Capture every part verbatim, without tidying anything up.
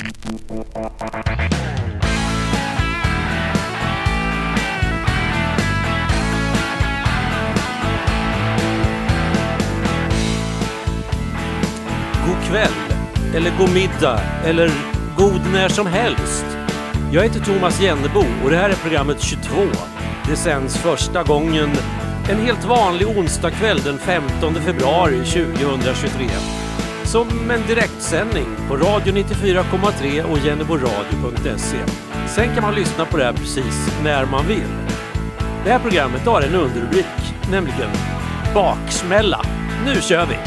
God kväll, eller god middag, eller god när som helst. Jag heter Thomas Jennebo och det här är programmet tjugotvå. Det sänds första gången en helt vanlig onsdagkväll den femtonde februari tjugohundratjugotre. Som en direktsändning på Radio nittiofyra komma tre och jenneboradio punkt se. Sen kan man lyssna på det här precis när man vill. Det här programmet har en underrubrik, nämligen Baksmälla. Nu kör vi!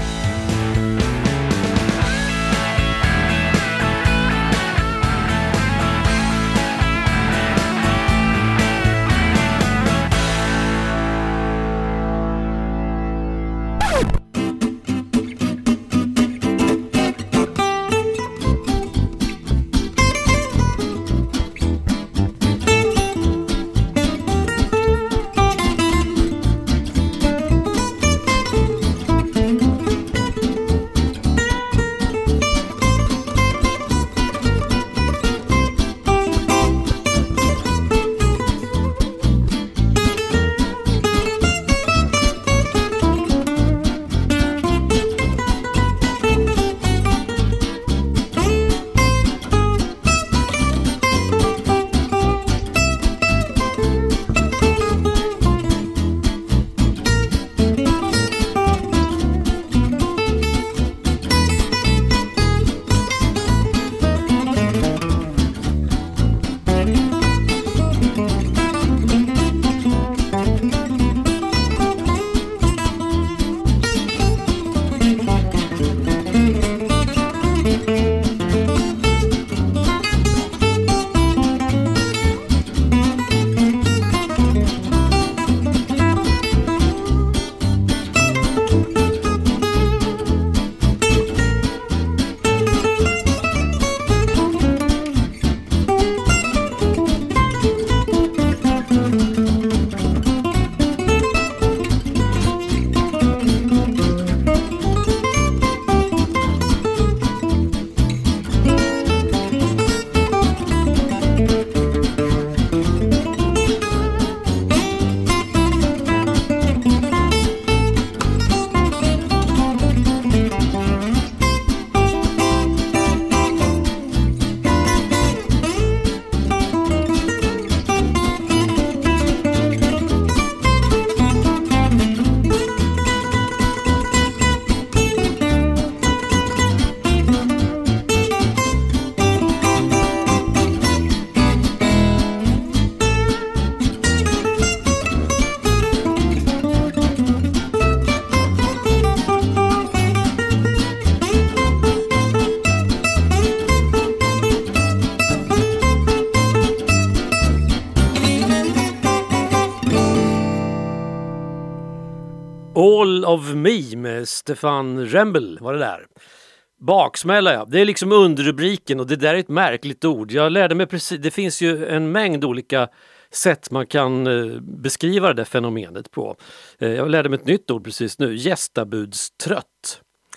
All of Me med Stefan Rembel var det där. Baksmälla, ja. Det är liksom underrubriken och det där är ett märkligt ord. Jag lärde mig precis, det finns ju en mängd olika sätt man kan eh, beskriva det där fenomenet på. Eh, jag lärde mig ett nytt ord precis nu, gästabudstrött.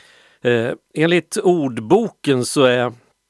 Eh, enligt ordboken så är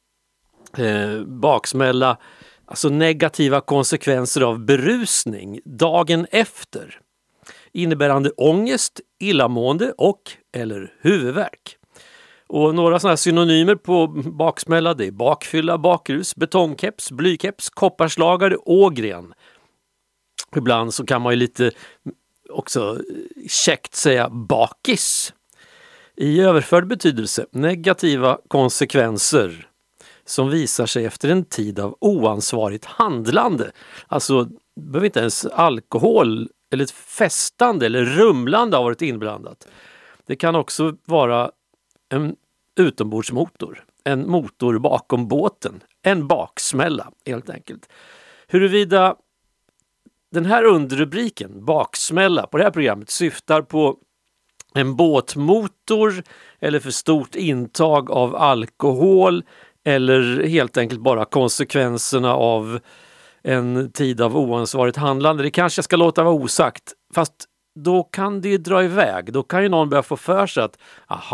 eh, baksmälla alltså negativa konsekvenser av berusning dagen efter, innebärande ångest, illamående och eller huvudvärk. Och några sådana här synonymer på baksmälla, det är bakfylla, bakrus, betongkeps, blykeps, kopparslagare, ågren. Ibland så kan man ju lite också käckt säga bakis. I överförd betydelse negativa konsekvenser som visar sig efter en tid av oansvarigt handlande. Alltså behöver inte ens alkohol eller ett festande eller rumlande har varit inblandat. Det kan också vara en utombordsmotor, en motor bakom båten, en baksmälla helt enkelt. Huruvida den här underrubriken, baksmälla, på det här programmet syftar på en båtmotor eller för stort intag av alkohol eller helt enkelt bara konsekvenserna av en tid av oansvarigt handlande. Det kanske jag ska låta vara osagt, fast då kan det ju dra iväg. Då kan ju någon börja få för sig att aha,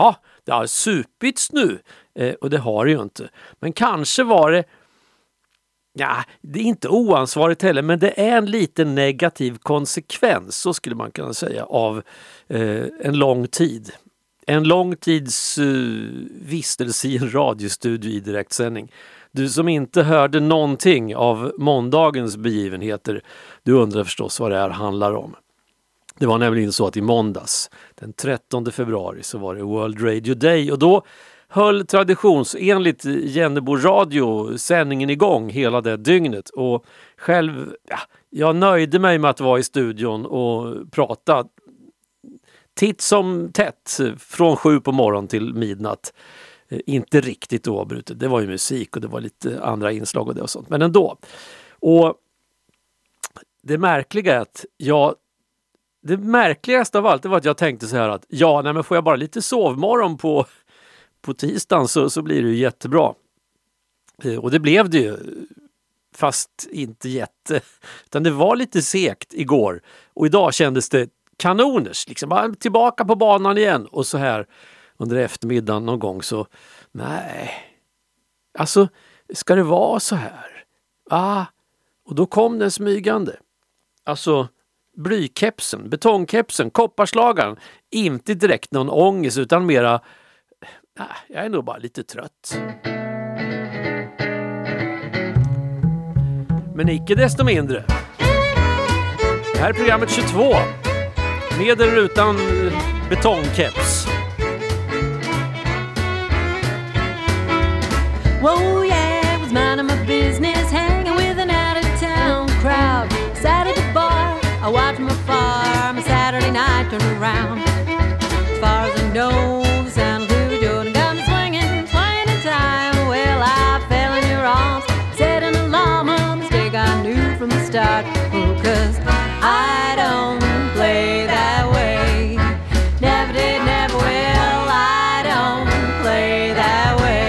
det har supits nu. Eh, och det har det ju inte. Men kanske var det, ja, det är inte oansvarigt heller, men det är en liten negativ konsekvens, så skulle man kunna säga, av eh, en lång tid. En lång tids uh, vistelse i en radiostudio i direktsändning. Du som inte hörde någonting av måndagens begivenheter, du undrar förstås vad det här handlar om. Det var nämligen så att i måndags, den trettonde februari, så var det World Radio Day och då höll traditionsenligt Jennebo Radio sändningen igång hela det dygnet. Och själv, ja, jag nöjde mig med att vara i studion och prata titt som tätt från sju på morgon till midnatt. Inte riktigt oavbrutet. Det var ju musik och det var lite andra inslag och det och sånt. Men ändå. Och det märkliga är att jag det märkligaste av allt det var att jag tänkte så här att ja, nej, men får jag bara lite sovmorgon på, på tisdagen så, så blir det ju jättebra. Och det blev det ju. Fast inte jätte. Utan det var lite segt igår. Och idag kändes det kanoners. Liksom bara tillbaka på banan igen. Och så här under eftermiddagen någon gång så nej. Alltså, ska det vara så här? Ah, och då kom den smygande. Alltså, blykepsen, betongkepsen, kopparslagaren. Inte direkt någon ångest utan mera, nej, jag är nog bara lite trött. Men icke desto mindre. Det här är programmet tjugotvå. Med eller utan betongkeps. Whoa, yeah, was minding my business, hanging with an out-of-town crowd. Sat at the bar, I watched from afar, my Saturday night turned around. As far as I know, the sound of Louis Jordan got me swinging, swinging in time. Well, I fell in your arms, set an alarm, a mistake I knew from the start. Oh, 'cause I don't play that way, never did, never will. I don't play that way.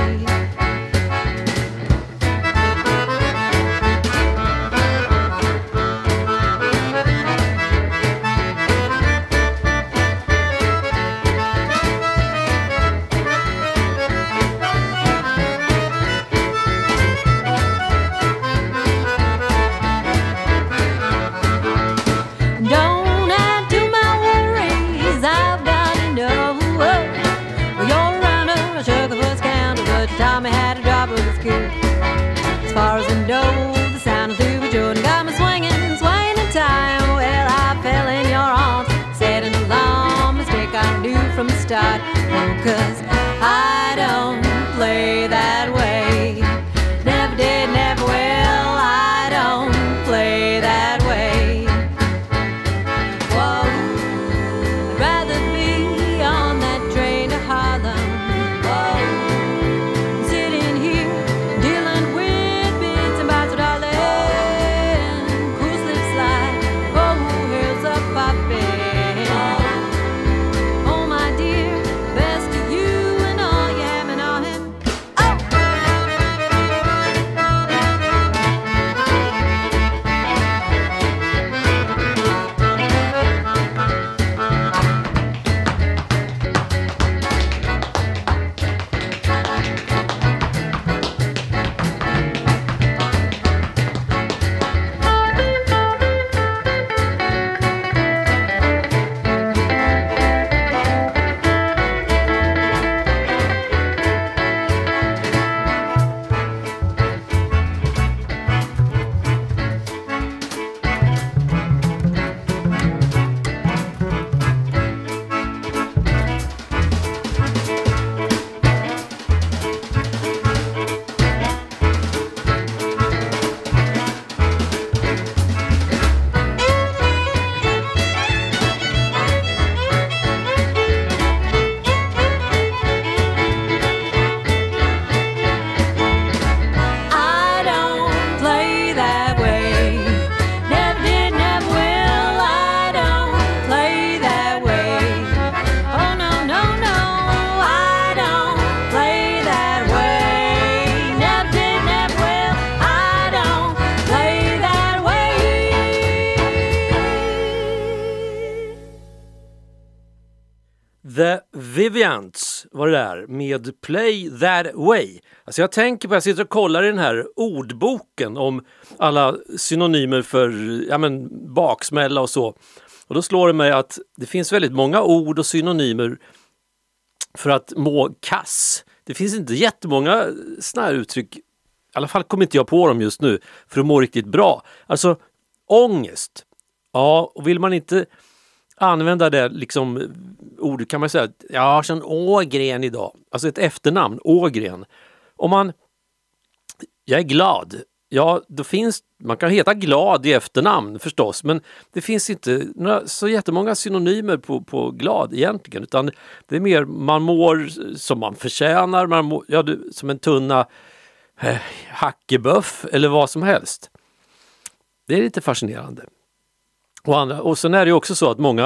Tommy had a drop of his cool. As far as I know, the sound of Louis Jordan got me swinging, swinging in time. Well, I fell in your arms, set an alarm, mistake I knew from the start. Oh, 'cause I don't play that way, never did, never will. I don't play that way. Whoa, I'd rather be on that train to Harlem. Whoa, oh my dear, best of you and all, yeah, and all him. Oh! Vivians var det där med Play That Way. Alltså jag tänker på, jag sitter och kollar i den här ordboken om alla synonymer för ja men, baksmälla och så. Och då slår det mig att det finns väldigt många ord och synonymer för att må kass. Det finns inte jättemånga såna här uttryck, i alla fall kommer inte jag på dem just nu, för att må riktigt bra. Alltså ångest. Ja, och vill man inte använda det liksom ord kan man säga att jag har sån Ågren idag. Alltså ett efternamn, Ågren. Om man, jag är glad. Ja, då finns, man kan heta glad i efternamn förstås, men det finns inte några, så jättemånga synonymer på, på glad egentligen, utan det är mer man mår som man förtjänar, man mår, ja, du, som en tunna eh, hackeböff eller vad som helst. Det är lite fascinerande. Och, andra, och sen är det också så att många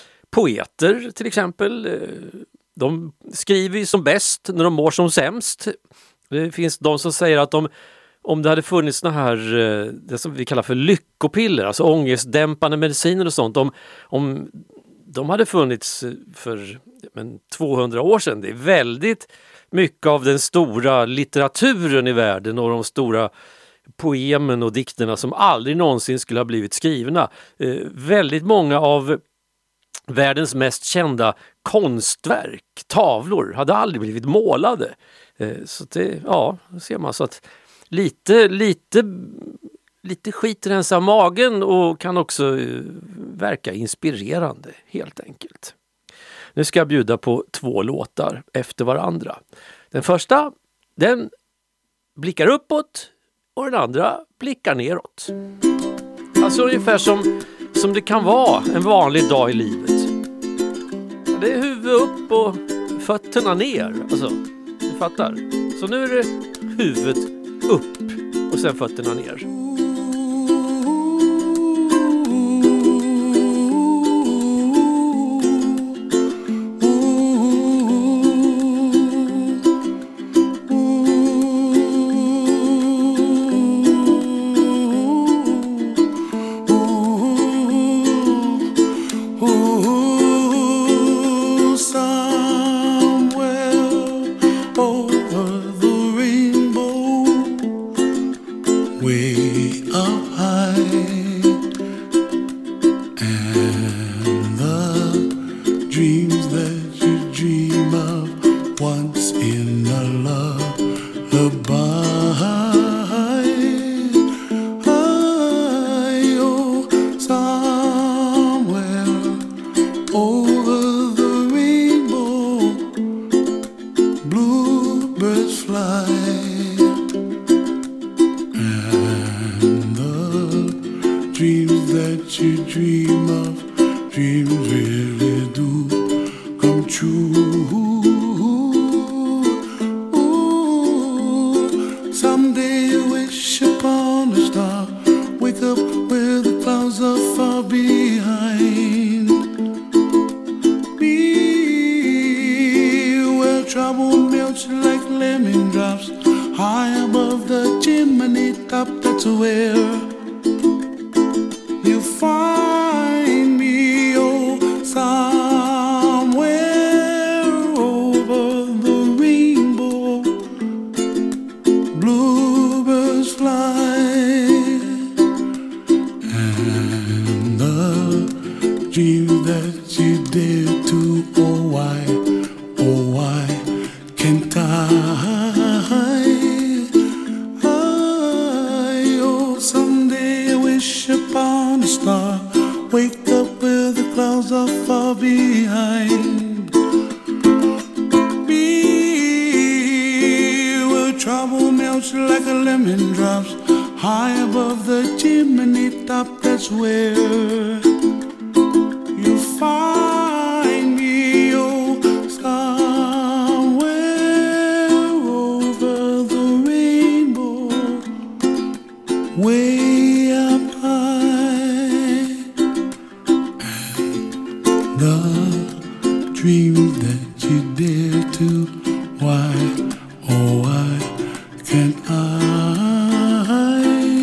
poeter till exempel, eh, de skriver ju som bäst när de mår som sämst. Det finns de som säger att de om det hade funnits såna här, det som vi kallar för lyckopiller, alltså ångestdämpande mediciner och sånt, om, om de hade funnits för men, tvåhundra år sedan. Det är väldigt mycket av den stora litteraturen i världen och de stora poemen och dikterna som aldrig någonsin skulle ha blivit skrivna. Eh, väldigt många av världens mest kända konstverk, tavlor, hade aldrig blivit målade. Eh, så det, ja, ser man så att Lite, lite, lite skit rensa magen och kan också uh, verka inspirerande helt enkelt. Nu ska jag bjuda på två låtar efter varandra. Den första, den blickar uppåt och den andra blickar neråt. Alltså ungefär som, som det kan vara en vanlig dag i livet. Det är huvud upp och fötterna ner. Alltså, du fattar. Så nu är det huvudet upp och sen fötterna ner.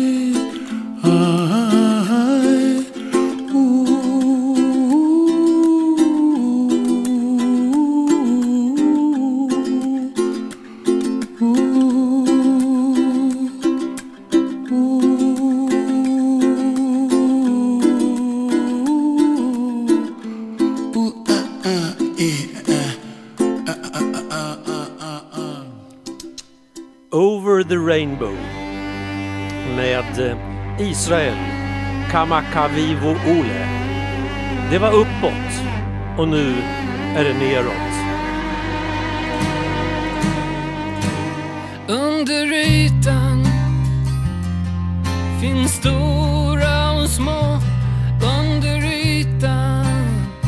Ooh. Over the Rainbow med Israel Kamakavivo Ole. Det var uppåt och nu är det neråt. Under ytan finns stora och små. Under ytan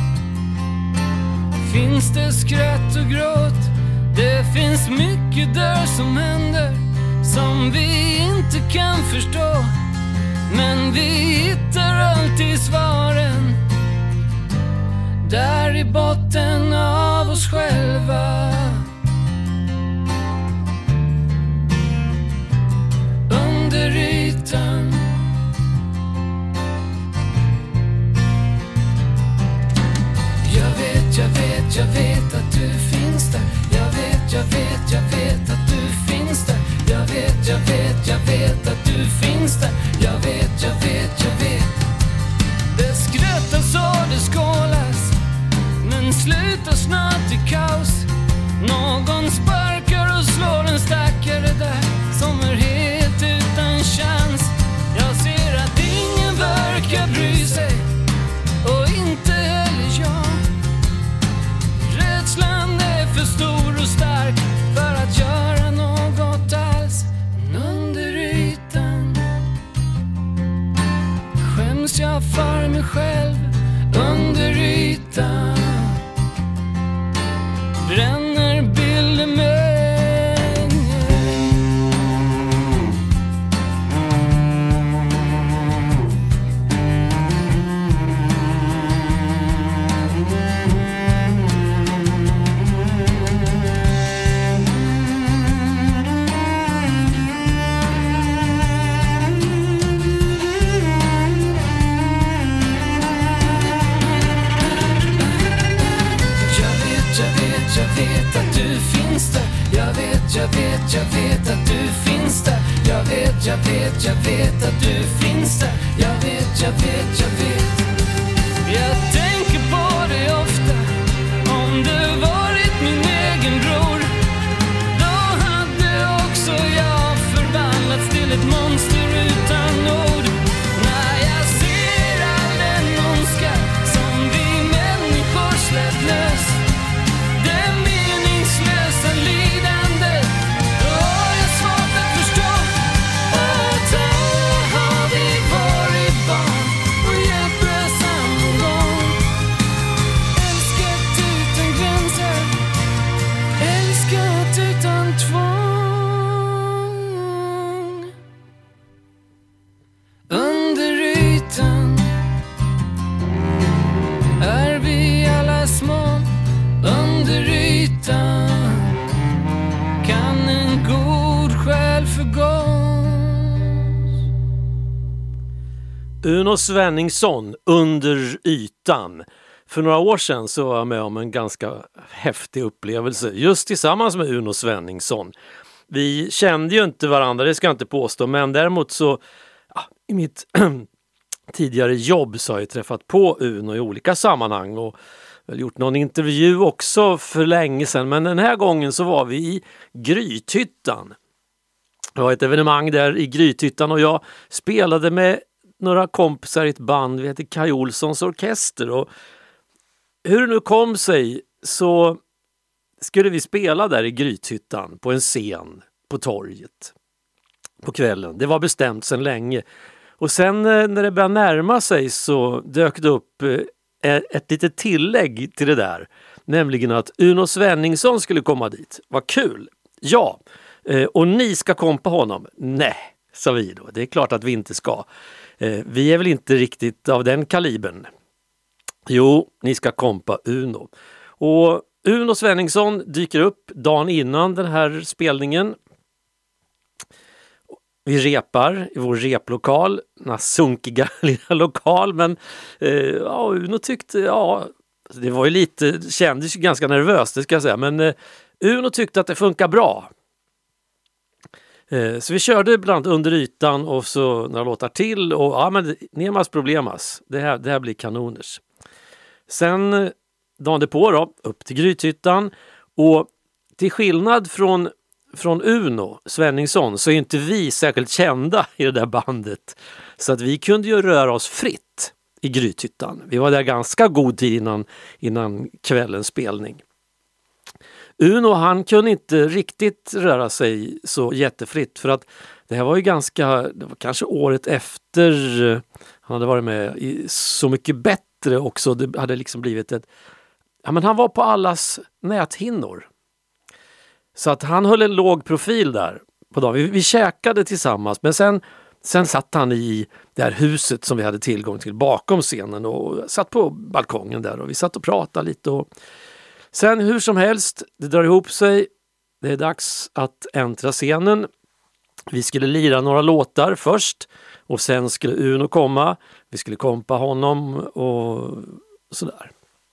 finns det skratt och gråt. Det finns mycket där som händer som vi inte kan förstå. Men vi hittar alltid svaren där i botten av oss själva. Under ytan. Jag vet, jag vet, jag vet att du finns där. Jag vet, jag vet, jag vet att du finns där. Jag vet, jag vet, jag vet att du finns där. Jag vet, jag vet, jag vet. Det skrattas och det skålas, men slutar snart i kaos. Någon sparkar och slår en stackare där som är helt utan chans. Jag ser att ingen verkar bry sig, och inte heller jag. Rädslan är för stor och stark för att göra något alls. Men under ytan skäms jag för mig själv. Under ytan bränner bilden mig. Jag vet, jag vet att du finns där. Jag vet, jag vet, jag vet att du finns där. Jag vet, jag vet, jag vet. Jag tänker på dig ofta. Om du varit min egen bror, då hade också jag förvandlats till ett monster utan ord. När jag ser all den ondska som vi människor släppt lös, det meningslösa lidande, då har jag svårt att förstå att alla har vi varit barn och hjälplös någon gång. Älskat utan gränser, älskat utan tvång. Under ytan är vi alla små. Under ytan kan en god själ förgås. Uno Svenningsson, Under ytan. För några år sedan så var jag med om en ganska häftig upplevelse just tillsammans med Uno Svenningsson. Vi kände ju inte varandra, det ska jag inte påstå, men däremot så ja, i mitt tidigare jobb så har jag träffat på Uno i olika sammanhang och väl gjort någon intervju också för länge sedan, men den här gången så var vi i Grythyttan. Det var ett evenemang där i Grythyttan och jag spelade med några kompisar i ett band, vi heter Kaj Olssons orkester, och hur det nu kom sig så skulle vi spela där i Grythyttan på en scen på torget på kvällen. Det var bestämt sedan länge. Och sen när det började närma sig så dök det upp ett litet tillägg till det där. Nämligen att Uno Svenningsson skulle komma dit. Vad kul! Ja, och ni ska kompa honom. Nej, sa vi då. Det är klart att vi inte ska. Vi är väl inte riktigt av den kalibern. Jo, ni ska kompa Uno. Och Uno Svenningsson dyker upp dagen innan den här spelningen. Vi repar i vår replokal, den här sunkiga lilla lokal, men eh, ja, Uno tyckte, ja, det var ju lite, kändes ju ganska nervöst, det ska jag säga, men eh, Uno tyckte att det funkar bra. Eh, så vi körde bland annat Under ytan och så några låtar till. Och ja, men Nemas Problemas. Det här, det här blir kanoners. Sen dagen på då, upp till Grythyttan. Och till skillnad från, från Uno Svenningsson så är inte vi särskilt kända i det där bandet. Så att vi kunde ju röra oss fritt i Grythyttan. Vi var där ganska god tid innan, innan kvällens spelning. Uno, han kunde inte riktigt röra sig så jättefritt för att det här var ju ganska, det var kanske året efter han hade varit med i Så mycket bättre också. Det hade liksom blivit ett, ja men han var på allas näthinnor. Så att han höll en låg profil där på dagen. Vi, vi käkade tillsammans men sen, sen satt han i det här huset som vi hade tillgång till bakom scenen och satt på balkongen där och vi satt och pratade lite och sen hur som helst, det drar ihop sig. Det är dags att äntra scenen. Vi skulle lira några låtar först och sen skulle Uno komma. Vi skulle kompa honom och sådär.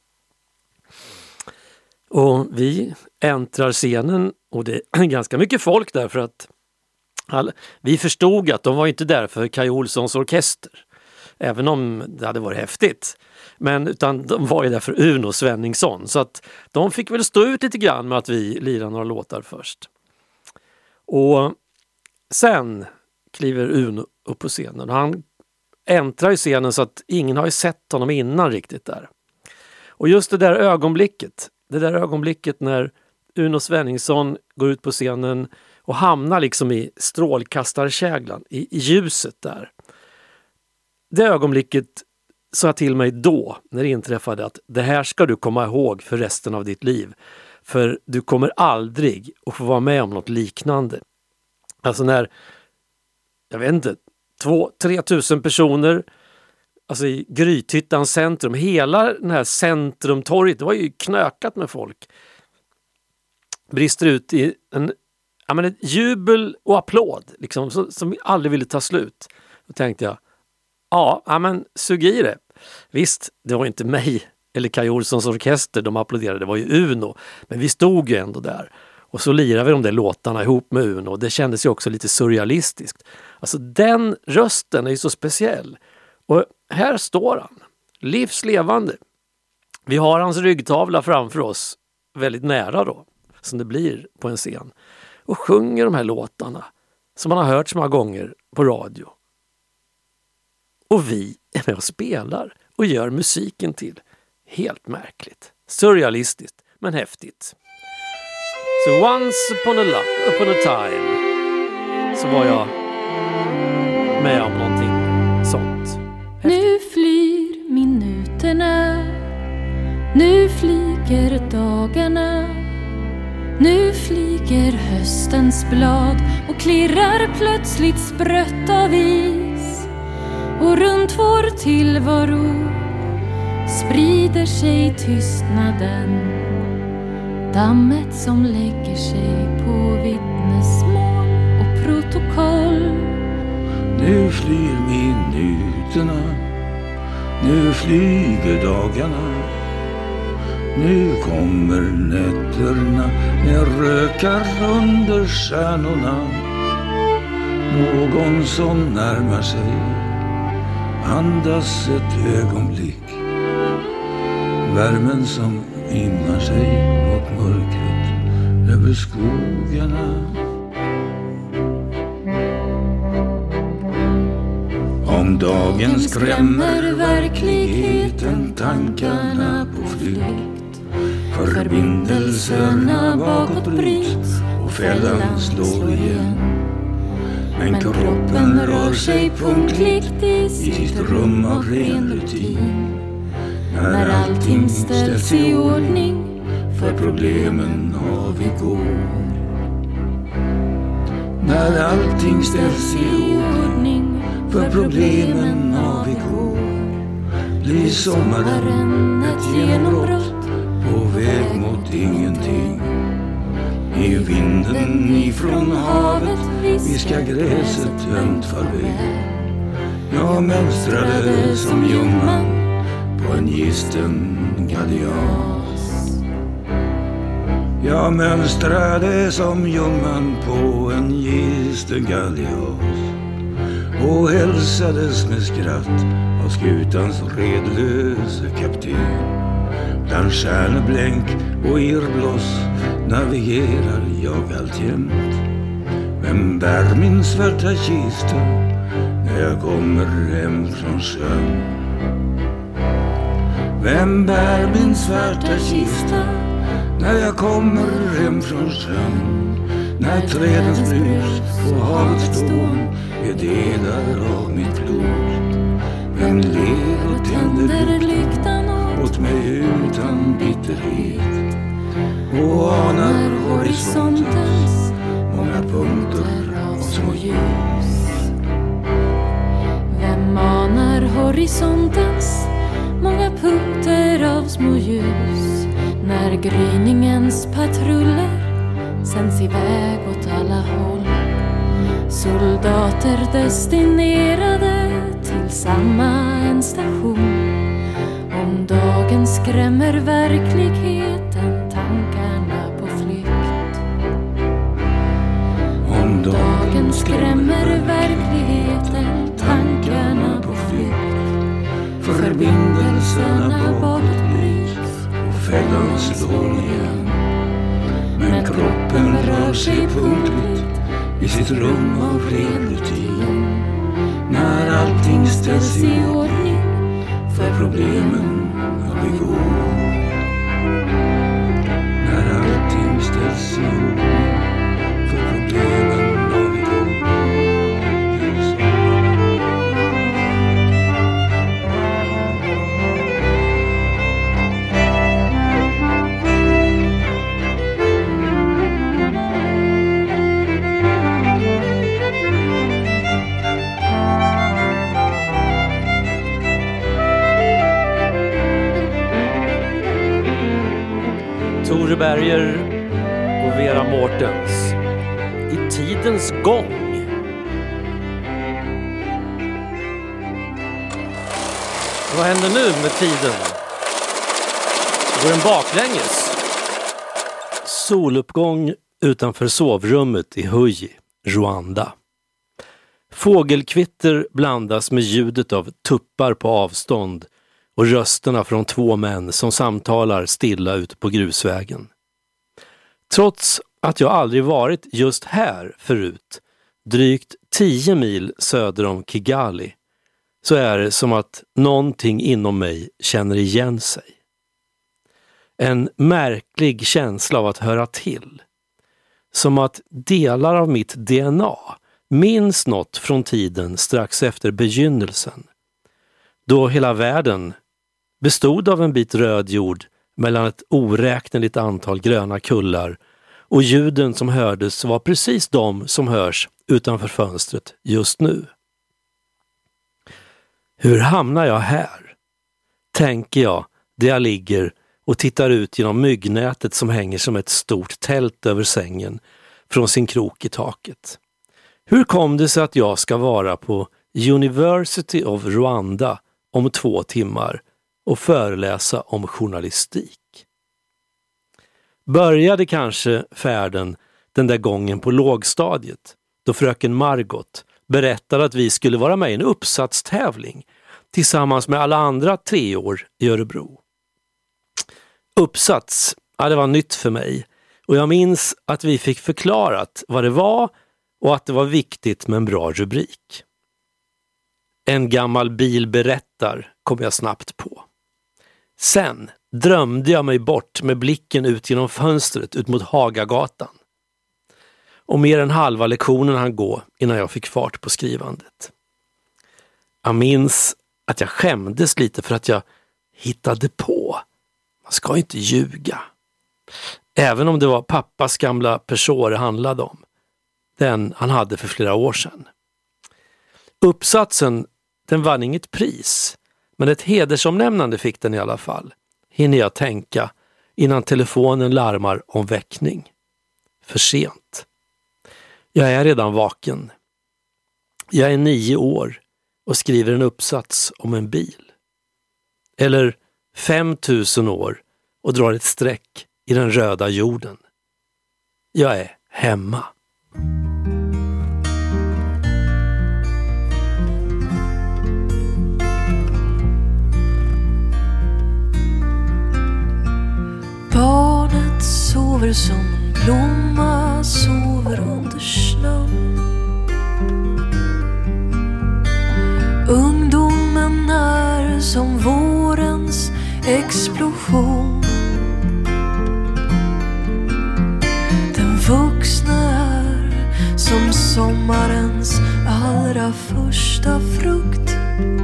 Och vi äntrar scenen och det är ganska mycket folk där för att all, vi förstod att de var inte där för Kaj Olssons orkester. Även om det hade varit häftigt. Men utan de var ju där för Uno Svenningsson. Så att de fick väl stå ut lite grann med att vi lirar några låtar först. Och sen kliver Uno upp på scenen. Och han äntrar i scenen så att ingen har ju sett honom innan riktigt där. Och just det där ögonblicket. Det där ögonblicket när Uno Svenningsson går ut på scenen och hamnar liksom i strålkastarkäglan. I, i ljuset där. Det ögonblicket sa jag till mig då när det inträffade att det här ska du komma ihåg för resten av ditt liv. För du kommer aldrig att få vara med om något liknande. Alltså när, jag vet inte, två, tre tusen personer alltså i Grythyttans centrum, hela den här centrumtorget, det var ju knökat med folk. Brister ut i en, ja men ett jubel och applåd liksom, som, som aldrig ville ta slut. Då tänkte jag, ja, ja men sug i det. Visst, det var inte mig eller Kaj Olssons orkester de applåderade, det var ju Uno. Men vi stod ju ändå där. Och så lirade vi de där låtarna ihop med Uno. Det kändes ju också lite surrealistiskt. Alltså den rösten är ju så speciell. Och här står han, livslevande. Vi har hans ryggtavla framför oss, väldigt nära då, som det blir på en scen. Och sjunger de här låtarna som man har hört så många gånger på radio. Och vi är med och spelar och gör musiken till. Helt märkligt. Surrealistiskt, men häftigt. Så once upon a, lo- upon a time så var jag med om någonting sånt. Häftigt. Nu flyr minuterna, nu flyger dagarna, nu flyger höstens blad och klirrar plötsligt sprött av is. Och runt vår tillvaro sprider sig tystnaden, dammet som lägger sig på vittnesmål och protokoll. Nu flyr minuterna, nu flyger dagarna, nu kommer nätterna med rökar under stjärnorna. Någon som närmar sig, andas ett ögonblick, värmen som immar sig mot mörkret över skogarna. Om dagen skrämmer verkligheten tankarna på flykt, förbindelserna bakåt bryts och fällan slår igen. Men kroppen rör sig punktligt i sitt rum av ren rutin. När allting ställs i ordning för problemen av igår. När allting ställs i ordning för problemen av igår, blir sommaren ett genombrott på väg mot ingenting. I vinden ifrån havet viskar gräset ömt farväl. Jag mönstrade som ljumman på en gisten galias. Jag mönstrade som ljumman på en gisten Kristen Gallias och hälsades med skratt av skutans redlöse kapten. Bland stjärneblänk och irrbloss navigerar jag alltjämt. Vem bär min svarta kista när jag kommer hem från sjön? Vem bär min svarta kista när jag kommer hem från sjön? När trädens brus och havets dån är delar av mitt blod. Vem ler och tänder lyktan åt mig utan bitterhet och anar horisontens många punkter av små ljus. Vem anar horisontens många punkter av små ljus när gryningens patruller sänds iväg åt alla håll. Soldater destinerade till samma en station. Om dagen skrämmer verkligheten tankarna på flykt. Om dagen skrämmer verkligheten tankarna på flykt. Förbindelserna bakåt bryts och fällan slår igen. Men kroppen rör sig punktligt i sitt rum av ren rutin. När allting ställs i ordning för problemen har vi går. När allting ställs i ordning för problemen har vi går. Tore Berger och Vera Mårtens I tidens gång. Vad händer nu med tiden? Går den baklänges? Soluppgång utanför sovrummet i Huji, Rwanda. Fågelkvitter blandas med ljudet av tuppar på avstånd och rösterna från två män som samtalar stilla ute på grusvägen. Trots att jag aldrig varit just här förut, drygt tio mil söder om Kigali, så är det som att någonting inom mig känner igen sig. En märklig känsla av att höra till. Som att delar av mitt D N A minns något från tiden strax efter begynnelsen. Då hela världen bestod av en bit röd jord mellan ett oräkneligt antal gröna kullar och ljuden som hördes var precis de som hörs utanför fönstret just nu. Hur hamnar jag här? Tänker jag där jag ligger och tittar ut genom myggnätet som hänger som ett stort tält över sängen från sin krok i taket. Hur kom det sig att jag ska vara på University of Rwanda om två timmar och föreläsa om journalistik? Började kanske färden den där gången på lågstadiet då fröken Margot berättade att vi skulle vara med i en uppsatstävling tillsammans med alla andra treår i Örebro. Uppsats, ja, det var nytt för mig och jag minns att vi fick förklarat vad det var och att det var viktigt med en bra rubrik. En gammal bil berättar kom jag snabbt på. Sen drömde jag mig bort med blicken ut genom fönstret ut mot Hagagatan. Och mer än halva lektionen hann gå innan jag fick fart på skrivandet. Jag minns att jag skämdes lite för att jag hittade på. Man ska inte ljuga. Även om det var pappas gamla Peugeot det handlade om. Den han hade för flera år sedan. Uppsatsen, den vann inget pris. Men ett hedersomnämnande fick den i alla fall. Hinner jag tänka innan telefonen larmar om väckning. För sent. Jag är redan vaken. Jag är nio år och skriver en uppsats om en bil. Eller fem tusen år och drar ett streck i den röda jorden. Jag är hemma. sover som en blomma, sover under snön. Ungdomen är som vårens explosion. Den vuxna är som sommarens allra första frukt.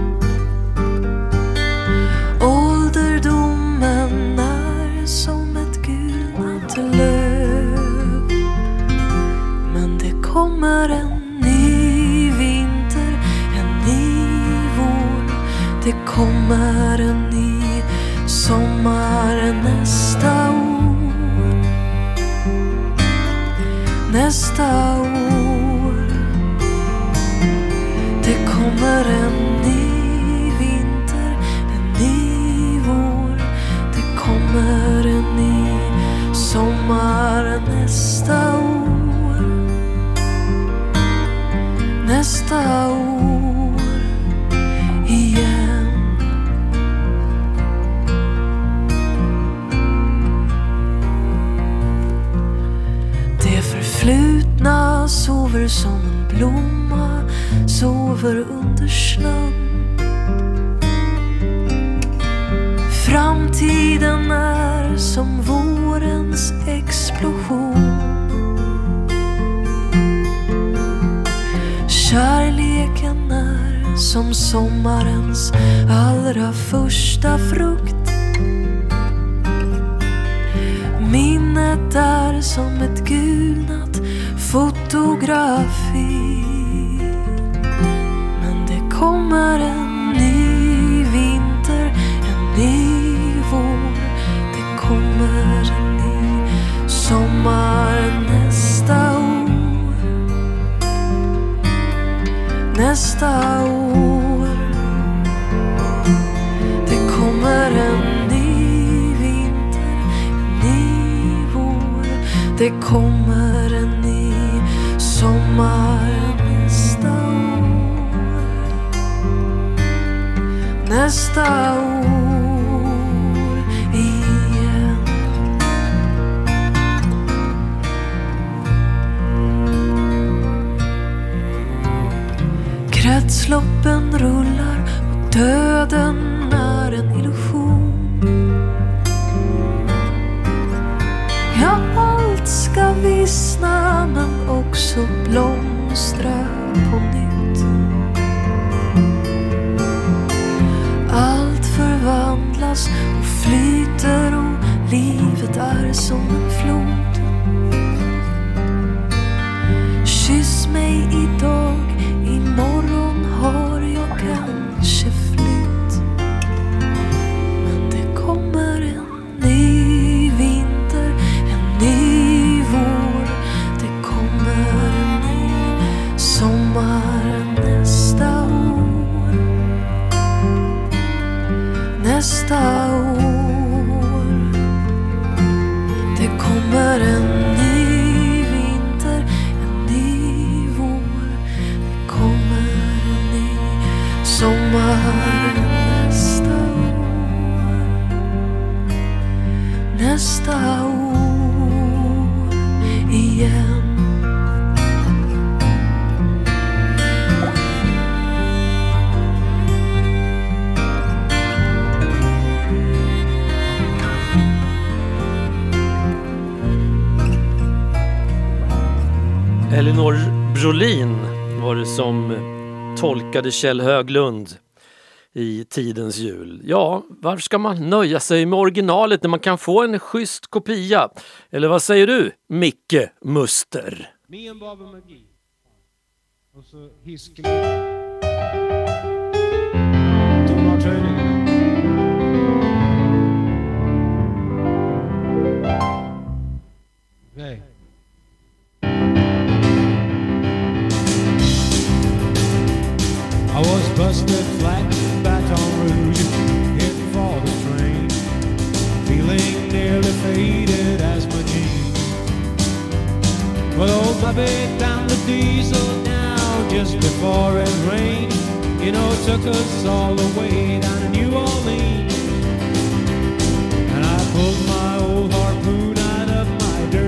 Ålderdomen är som ett gulnat löv. Men det kommer en ny vinter, en ny vår. Det kommer en ny sommar nästa år. Nästa år. Det kommer en ny vinter, en ny vår. Det kommer en ny sommar nästa år. Nästa år igen. Det förflutna sover som en blomma, sover under snön. Framtiden är som vårens explosion. Kärleken är som sommarens allra första frukt. Minnet är som ett gulnat fotografi. Men det kommer en ny vinter, en ny vår. Det kommer en ny sommar nästa år. Nästa år. Det kommer en ny vinter, en ny vår. Det kommer en ny sommar nästa år. Nästa år igen. Kretsloppen rullar och döden är en illusion. Ja, allt ska vissna men också blomstra på nytt. Allt förvandlas och flyter och livet är som en flod. Kyss mig idag, imorgon har jag kanske flytt. Men det kommer en ny vinter, en ny vår. Det kommer en ny sommar nästa år. Nästa år. Det kommer en ny vinter, en ny vår. Det kommer en ny sommar nästa år. Nästa år igen. Elinor Brolin var det som tolkade Kjell Höglund i Tidens jul. Ja, varför ska man nöja sig med originalet när man kan få en schysst kopia? Eller vad säger du, Micke Muster? Me and Barbara McGee. Och så Hiskelige. Tonartshöjningen. Okej. I was busted flat in Baton Rouge, heading for the train, feeling nearly faded as my jeans. Well, old Bobby down the diesel now, just before it rained. You know, it took us all the way down to New Orleans. And I pulled my old harpoon out of my dirty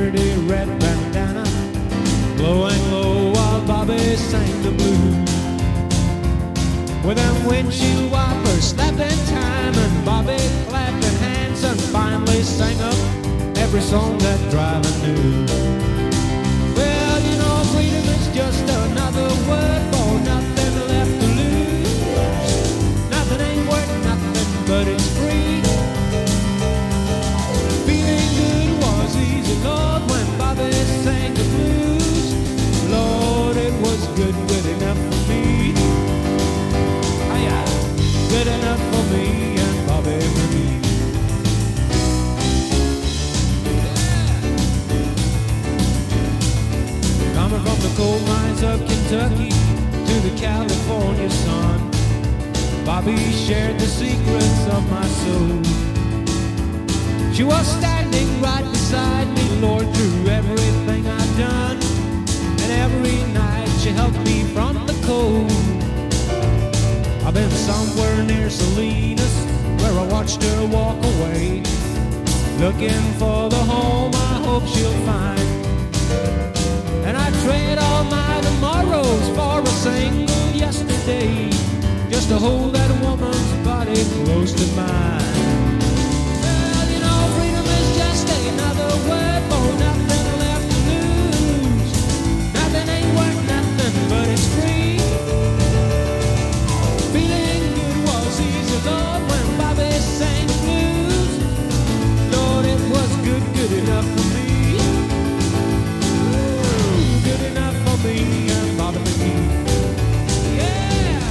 Bobby sang the blues. With them windshield wipers slapping time and Bobby clapping hands and finally sang up every song that driver knew. Well, you know, freedom is just another word for nothing left to lose. Nothing ain't worth nothing, but it's free. Feeling good was easy, Lord, when Bobby sang the blues. Lord, it was good, good enough for me. Hi-ya, good enough for me and Bobby McGee. Coming from the coal mines of Kentucky to the California sun, Bobby shared the secrets of my soul. She was standing right beside me, Lord, through everything I've done. And every night she helped me from the cold. I've been somewhere near Salinas where I watched her walk away, looking for the home I hope she'll find. And I trade all my tomorrows for a single yesterday, just to hold that woman's body close to mine. Well, you know, freedom is just another word for nothing left to lose. Nothing ain't worth nothing, but it's free. Feeling good was easy, Lord, when Bobby sang the blues. Lord, it was good, good enough for me. Good enough for me and Bobby McGee. Yeah!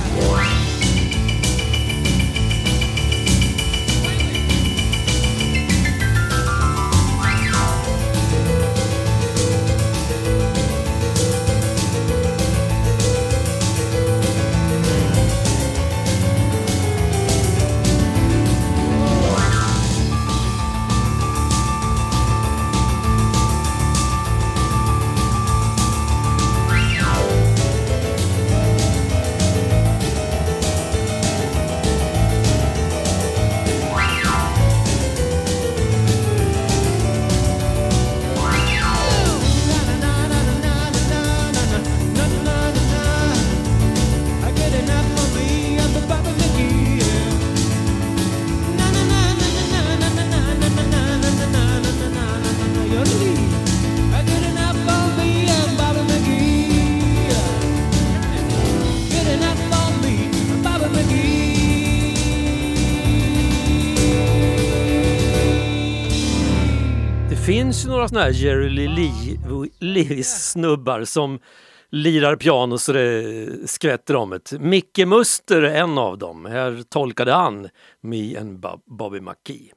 Det finns ju några såna här Jerry Lee Lewis-snubbar som lirar piano så det skvätter om ett. Micke Muster är en av dem. Här tolkade han Me and Bob, Bobby McGee.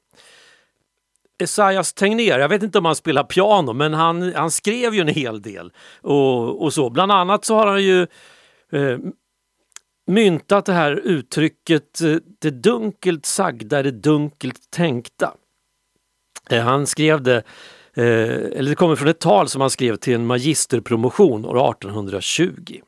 Esaias Tegnér, jag vet inte om han spelar piano, men han, han skrev ju en hel del. Och, och så. Bland annat så har han ju eh, myntat det här uttrycket det dunkelt sagda är det dunkelt tänkta. Eh, han skrev det, eh, eller det kommer från ett tal som han skrev till en magisterpromotion år arton tjugo.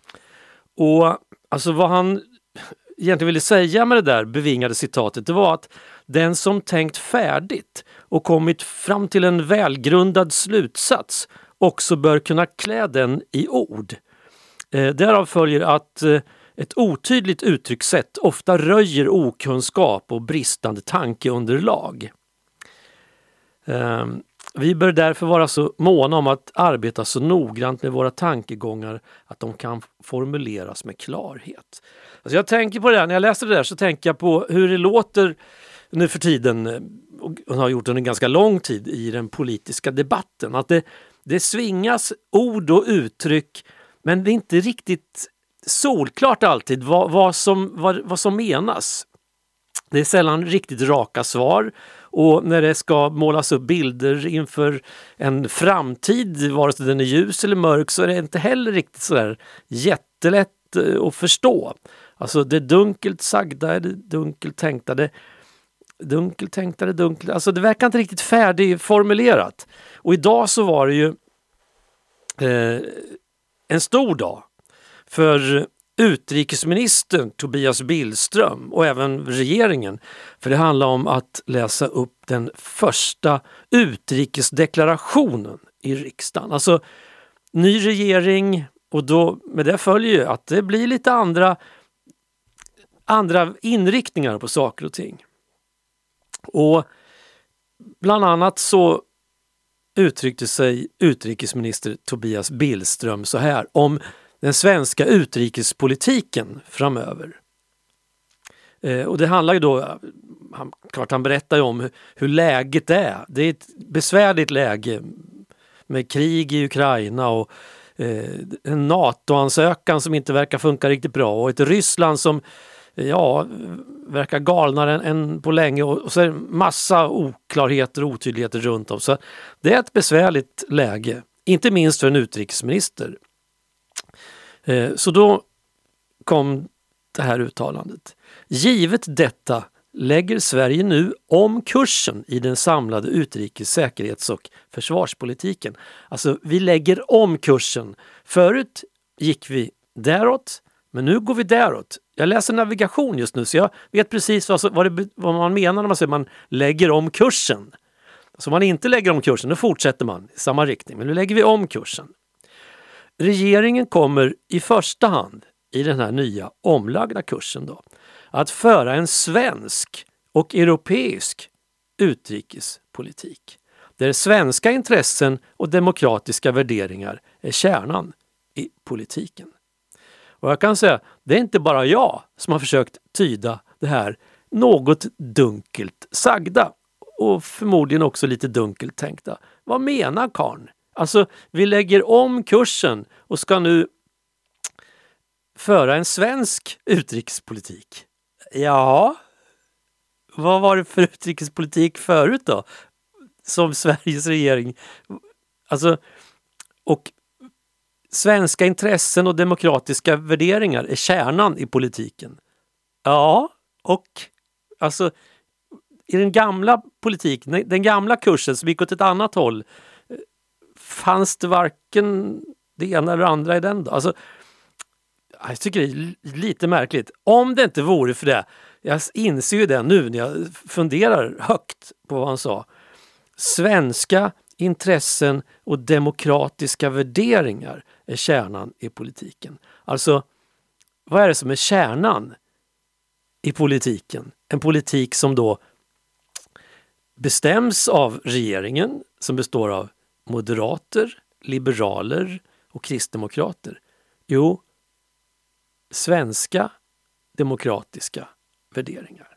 Och alltså vad han egentligen ville säga med det där bevingade citatet, det var att den som tänkt färdigt och kommit fram till en välgrundad slutsats också bör kunna klä den i ord. Eh, därav följer att eh, ett otydligt uttryckssätt ofta röjer okunskap och bristande tankeunderlag. Eh, vi bör därför vara så måna om att arbeta så noggrant med våra tankegångar att de kan formuleras med klarhet. Alltså jag tänker på det här, när jag läser det där så tänker jag på hur det låter nu för tiden, och har gjort under en ganska lång tid i den politiska debatten. Att det, det svingas ord och uttryck, men det är inte riktigt solklart alltid vad, vad, som, vad, vad som menas. Det är sällan riktigt raka svar, och när det ska målas upp bilder inför en framtid, vare sig den är ljus eller mörk, så är det inte heller riktigt så där jättelätt att förstå. Alltså det dunkelt sagda är det dunkelt tänkta, det dunkelt tänkta det dunkelt, alltså det verkar inte riktigt färdigformulerat. Och idag så var det ju eh, en stor dag för utrikesministern Tobias Billström och även regeringen, för det handlar om att läsa upp den första utrikesdeklarationen i riksdagen. Alltså ny regering, Och då, med det följer ju att det blir lite andra, andra inriktningar på saker och ting. Och bland annat så uttryckte sig utrikesminister Tobias Billström så här om den svenska utrikespolitiken framöver. Eh, och det handlar ju då, han, klart han berättar ju om hur, hur läget är. Det är ett besvärligt läge med krig i Ukraina och eh, en NATO-ansökan som inte verkar funka riktigt bra och ett Ryssland som ja, verkar galnare än, än på länge och, och så är det massa oklarheter och otydligheter runt om. Så det är ett besvärligt läge, inte minst för en utrikesminister. Eh, så då kom det här uttalandet. Givet detta lägger Sverige nu om kursen i den samlade utrikes-, säkerhets- och försvarspolitiken. Alltså vi lägger om kursen. Förut gick vi däråt, men nu går vi däråt. Jag läser navigation just nu så jag vet precis vad, vad, det, vad man menar när man säger man lägger om kursen. Så om man inte lägger om kursen, då fortsätter man i samma riktning. Men nu lägger vi om kursen. Regeringen kommer i första hand i den här nya omlagda kursen då att föra en svensk och europeisk utrikespolitik. Där svenska intressen och demokratiska värderingar är kärnan i politiken. Och jag kan säga, det är inte bara jag som har försökt tyda det här något dunkelt sagda och förmodligen också lite dunkelt tänkta. Vad menar karn? Alltså, vi lägger om kursen och ska nu föra en svensk utrikespolitik. Ja, vad var det för utrikespolitik förut då? Som Sveriges regering. Alltså, och svenska intressen och demokratiska värderingar är kärnan i politiken. Ja, och alltså i den gamla politiken, den gamla kursen som gick åt ett annat håll, fanns det varken det ena eller andra i den då. Alltså, jag tycker det är lite märkligt. Om det inte vore för det, jag inser ju det nu när jag funderar högt på vad han sa. Svenska intressen och demokratiska värderingar är kärnan i politiken. Alltså, vad är det som är kärnan i politiken? En politik som då bestäms av regeringen, som består av moderater, liberaler och kristdemokrater. Jo, svenska demokratiska värderingar.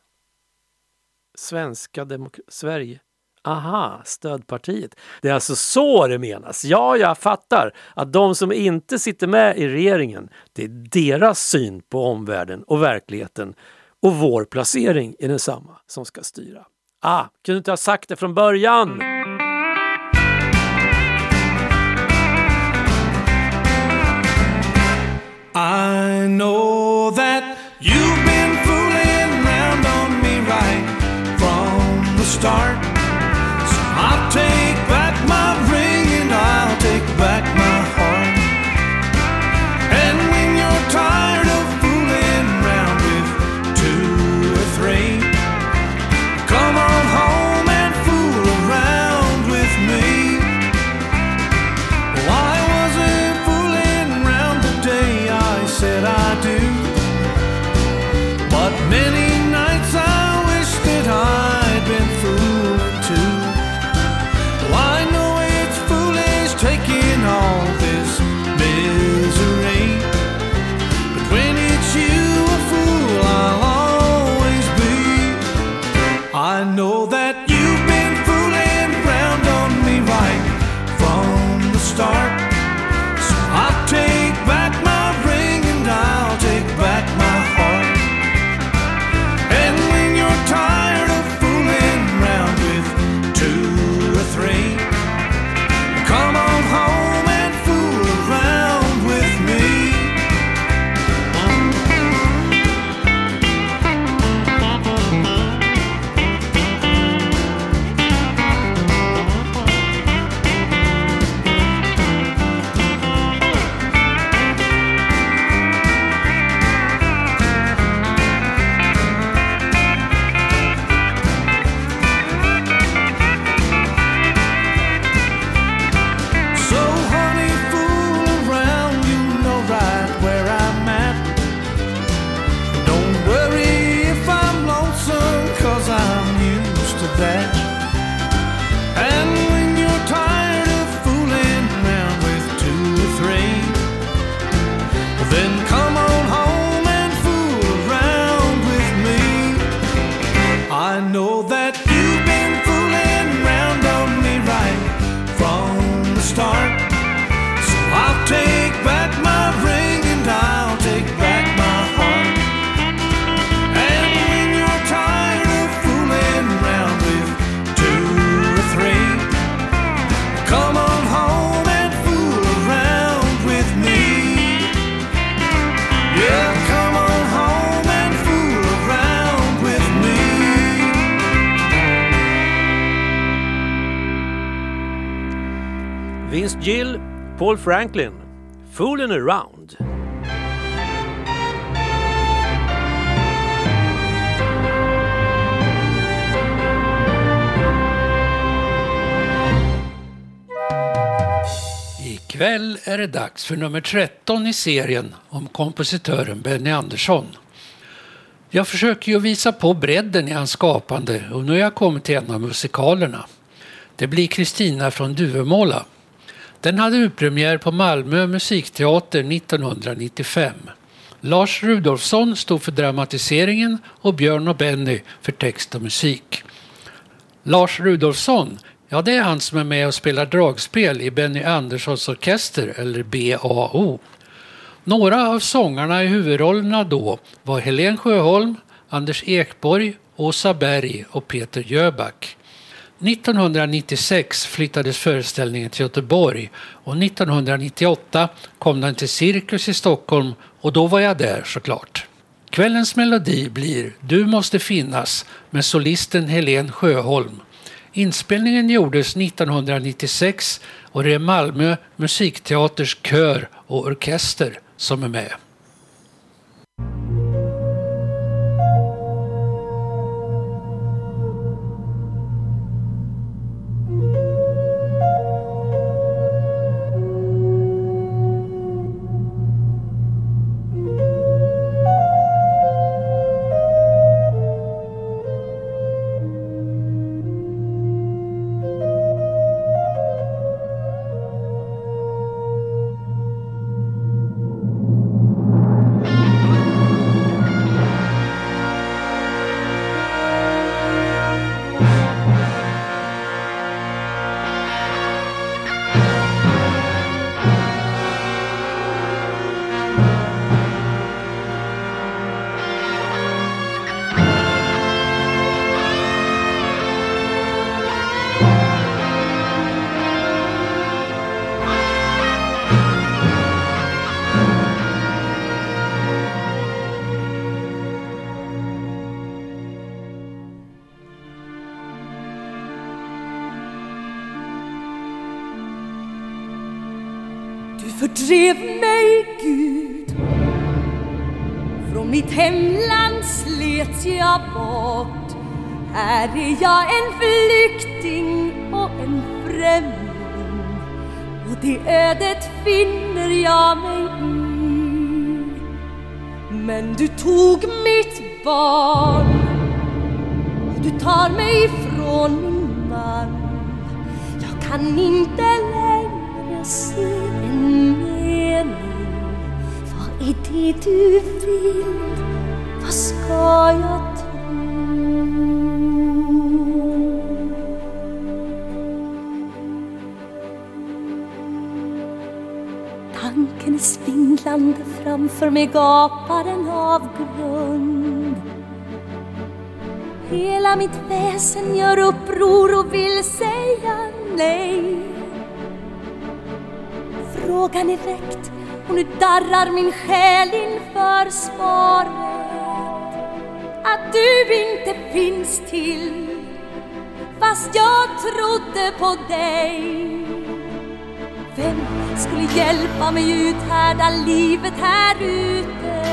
Svenska demokra- Sverige. Aha, stödpartiet. Det är alltså så det menas. Ja, jag fattar att de som inte sitter med i regeringen, det är deras syn på omvärlden och verkligheten och vår placering i densamma som ska styra. Ah, kunde inte ha sagt det från början. I know that you've been fooling around on me right from the start. So I'll take back my ring and I'll take back my heart. And when you're tired of fooling around with two or three, come on home and fool around with me. Why wasn't fooling around the day I said I do? But many nights I wish that I'd been fooled Gill, Paul Franklin, Foolin' Around. Ikväll är det dags för nummer tretton i serien om kompositören Benny Andersson. Jag försöker ju visa på bredden i hans skapande och nu har jag kommit till en av musikalerna. Det blir Kristina från Duvemåla. Den hade urpremiär på Malmö musikteater nittonhundranittiofem. Lars Rudolfsson stod för dramatiseringen och Björn och Benny för text och musik. Lars Rudolfsson, ja det är han som är med och spelar dragspel i Benny Anderssons orkester eller B A O. Några av sångarna i huvudrollerna då var Helen Sjöholm, Anders Ekborg, Åsa Berg och Peter Jöback. nittonhundranittiosex flyttades föreställningen till Göteborg och nittonhundranittioåtta kom den till Cirkus i Stockholm och då var jag där såklart. Kvällens melodi blir Du måste finnas med solisten Helen Sjöholm. Inspelningen gjordes nittonhundranittiosex och det är Malmö musikteaters kör och orkester som är med. Fördrev mig Gud, från mitt hemland slets jag bort. Här är jag en flykting och en främling, och det ödet finner jag mig i. Men du tog mitt barn, och du tar mig ifrån min man. Jag kan inte längre se en mening. Vad är det du vill? Vad ska jag tro? Tanken är svindlande, framför mig gapar en avgrund. Hela mitt väsen gör uppror och vill säga nej. Frågan är väckt och nu darrar min själ inför svaret. Att du inte finns till, fast jag trodde på dig. Vem skulle hjälpa mig uthärda livet här ute?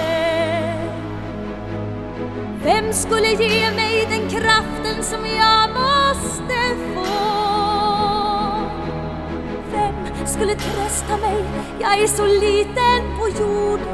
Vem skulle ge mig den kraften som jag måste få? Vem skulle trösta mig? Jag är så liten på jorden.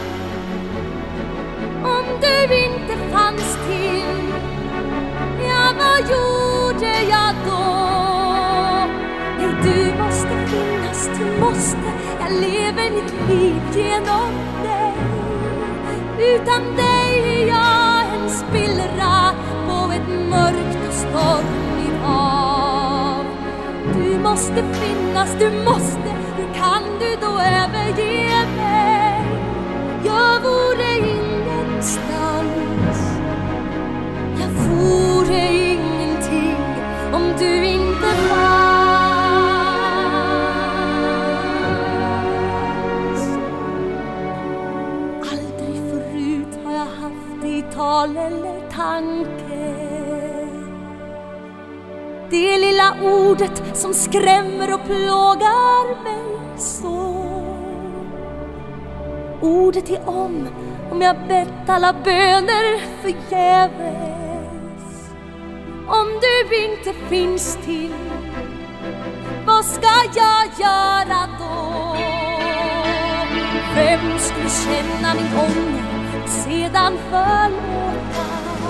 Om du inte fanns till, ja, vad gjorde jag då? Nej, du måste finnas, du måste. Jag lever mitt liv genom dig. Utan dig är jag en spillra på ett mörkt och stormigt hav. Du måste finnas, du måste. Hur kan du då överge mig? Jag vore ingenstans, jag vore ingenting om du inte fanns. Aldrig förut har jag haft det i tal eller tanke Det lilla ordet som skrämmer och plågar mig så. Ordet är om, om jag bett alla böner förgäves. Om du inte finns till, vad ska jag göra då? Vem skulle känna min ånger och sedan förlåta?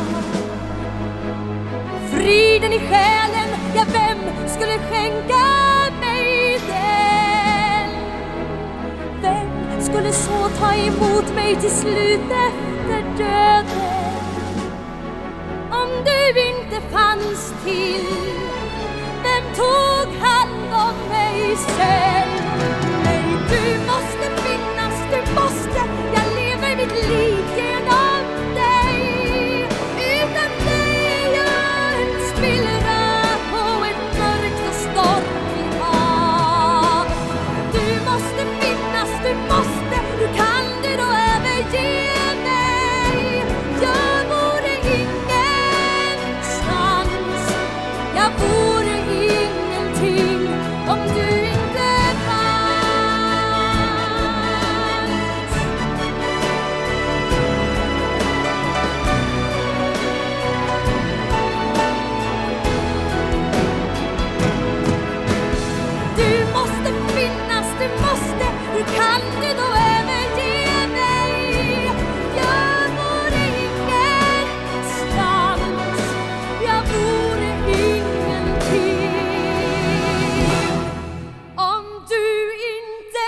Friden i själen, ja, vem skulle skänka mig den? Vem skulle så ta emot mig till slut efter döden? Om du inte fanns till, vem tog hand om mig sen? Nej, du måste finnas, du måste, jag lever mitt liv genom dig. Utan dig är jag en spillra på ett mörkt och stormigt hav. Du måste finnas, du måste, hur kan du då överge mig? Jag vore ingenstans, jag vore ingenting om du inte fanns. Du måste finnas, du måste, hur kan du då överge mig? Jag vore ingenstans, jag vore ingenting om du inte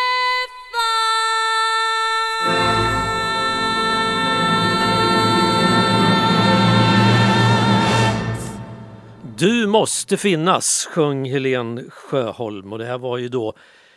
fanns. Du måste finnas, sjöng Helen Sjöholm, och det här var ju då,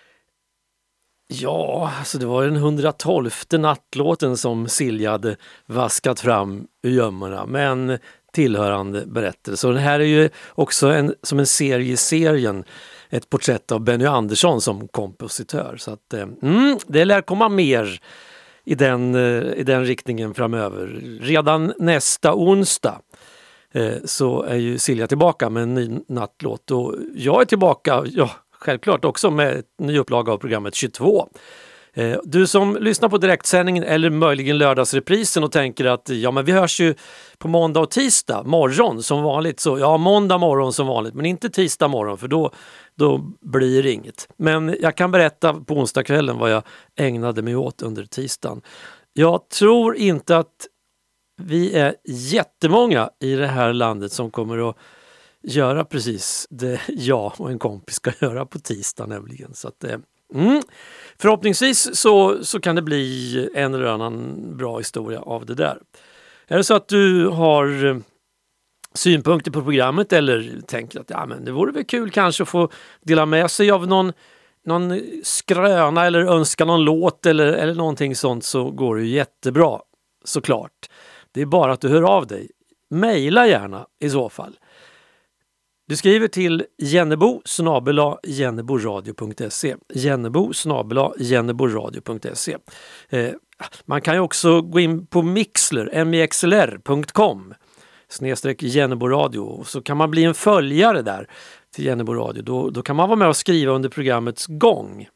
ja, alltså det var den hundratolfte nattlåten som Silja hade vaskat fram ur gömmorna, men tillhörande berättelse. Och det här är ju också en, som en serie i serien, ett porträtt av Benny Andersson som kompositör. Så att, mm, det lär komma mer i den, i den riktningen framöver. Redan nästa onsdag eh, så är ju Silja tillbaka med en ny nattlåt, och jag är tillbaka, ja, självklart också med ett ny upplaga av programmet tjugotvå. Eh, Du som lyssnar på direktsändningen eller möjligen lördagsreprisen och tänker att ja, men vi hörs ju på måndag och tisdag morgon som vanligt. Så ja, måndag morgon som vanligt, men inte tisdag morgon, för då, då blir det inget. Men jag kan berätta på onsdagskvällen vad jag ägnade mig åt under tisdagen. Jag tror inte att vi är jättemånga i det här landet som kommer att göra precis det jag och en kompis ska göra på tisdag nämligen. Så att, mm, förhoppningsvis så, så kan det bli en eller annan bra historia av det där. Är det så att du har synpunkter på programmet eller tänker att ja, men det vore väl kul kanske att få dela med sig av någon, någon skröna eller önska någon låt eller, eller någonting sånt, så går det ju jättebra såklart. Det är bara att du hör av dig. Maila gärna i så fall. Du skriver till jennebo snabel-a jenneboradio punkt se. Jennebo snabel-a jenneboradio punkt se. Eh, man kan ju också gå in på Mixler, mixlr punkt com snedstreck Jenneboradio, och så kan man bli en följare där till Jenneboradio. Då, då kan man vara med och skriva under programmets gång.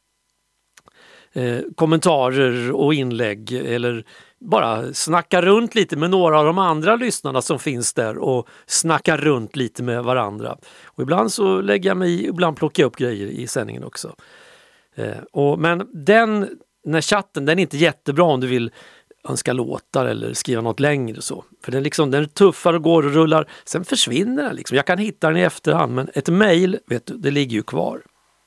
Eh, kommentarer och inlägg, eller bara snacka runt lite med några av de andra lyssnarna som finns där och snacka runt lite med varandra. Och ibland så lägger jag mig, ibland plockar jag upp grejer i sändningen också. Eh, och, men den, den här chatten, den är inte jättebra om du vill önska låtar eller skriva något längre så. För den, liksom, den är tuffare och går och rullar, sen försvinner den liksom. Jag kan hitta den i efterhand, men ett mejl, vet du, det ligger ju kvar.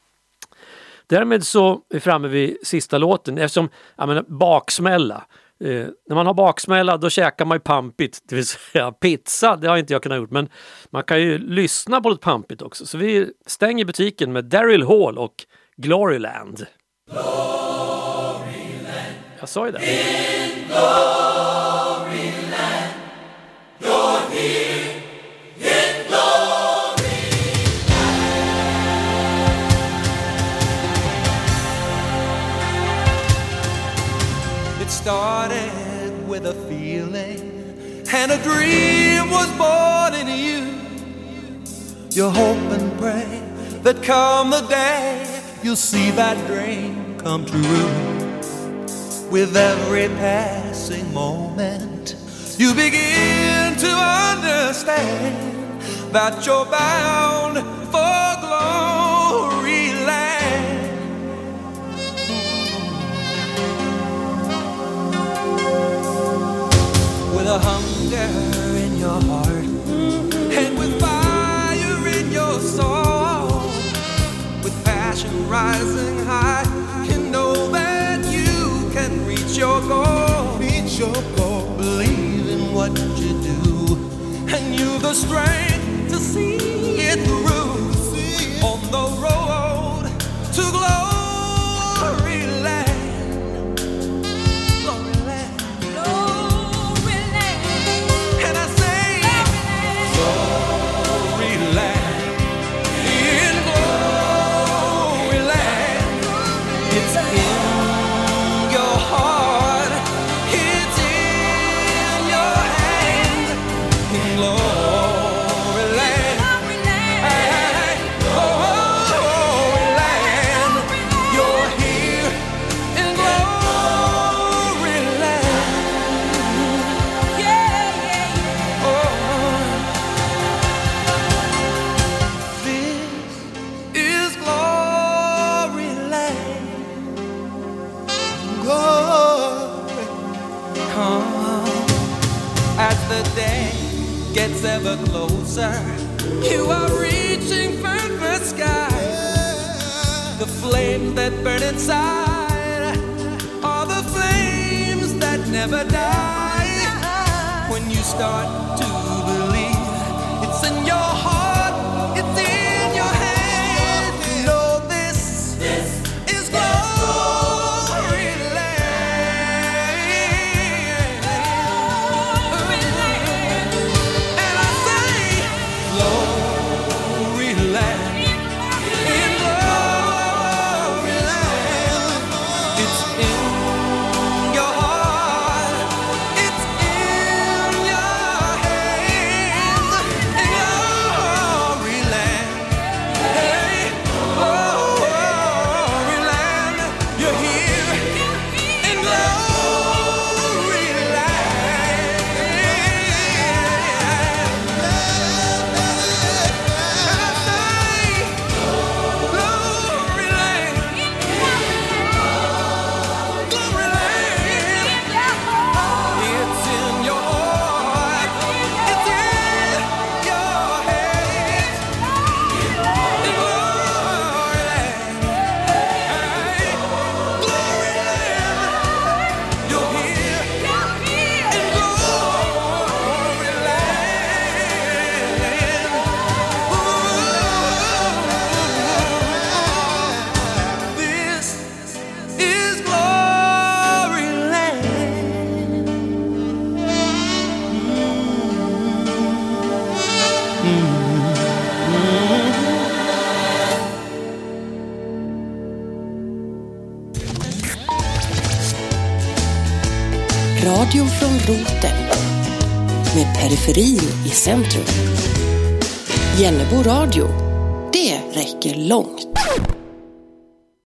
Därmed så är vi framme vid sista låten, eftersom jag menar, baksmälla. Eh, när man har baksmälla då käkar man ju pampigt, det vill säga pizza, det har inte jag kunnat gjort, men man kan ju lyssna på ett pampigt också. Så vi stänger butiken med Daryl Hall och Gloryland. Gloryland. Jag sa ju det. In Gloryland, you're here in Gloryland. It started with a feeling, and a dream was born in you. You hope and pray that come the day you'll see that dream come true. With every passing moment you begin to understand that you're bound for glory land. With a hunger in your heart and with fire in your soul, with passion rising high, you know that you can reach your goal. Reach your goal. Believe in what you do, and you've the strength to see it through. On the road to glory land, glory land, glory land. And I say, glory land, in glory land. It's in your heart, it's in your hand. In glory land, hey, glory land. You're here in glory land. Yeah, yeah, yeah. Oh, this is glory land. Glory. Oh. As the day gets ever closer, you are reaching for the sky. The flames that burn inside are the flames that never die. When you start to believe, it's in your heart, it's in your hand. You know this, this is glory land. And I say, glory land, in glory land. It's in your heart, it's in your hands. In glory land, hey, glory land. You're here in glory land. Glory land, glory land. It's in your heart, it's in your hands. In glory land, hey, glory land. You're here in glory land. This is glory land. Radio från roten med periferin i centrum. Jennebo radio, det räcker långt.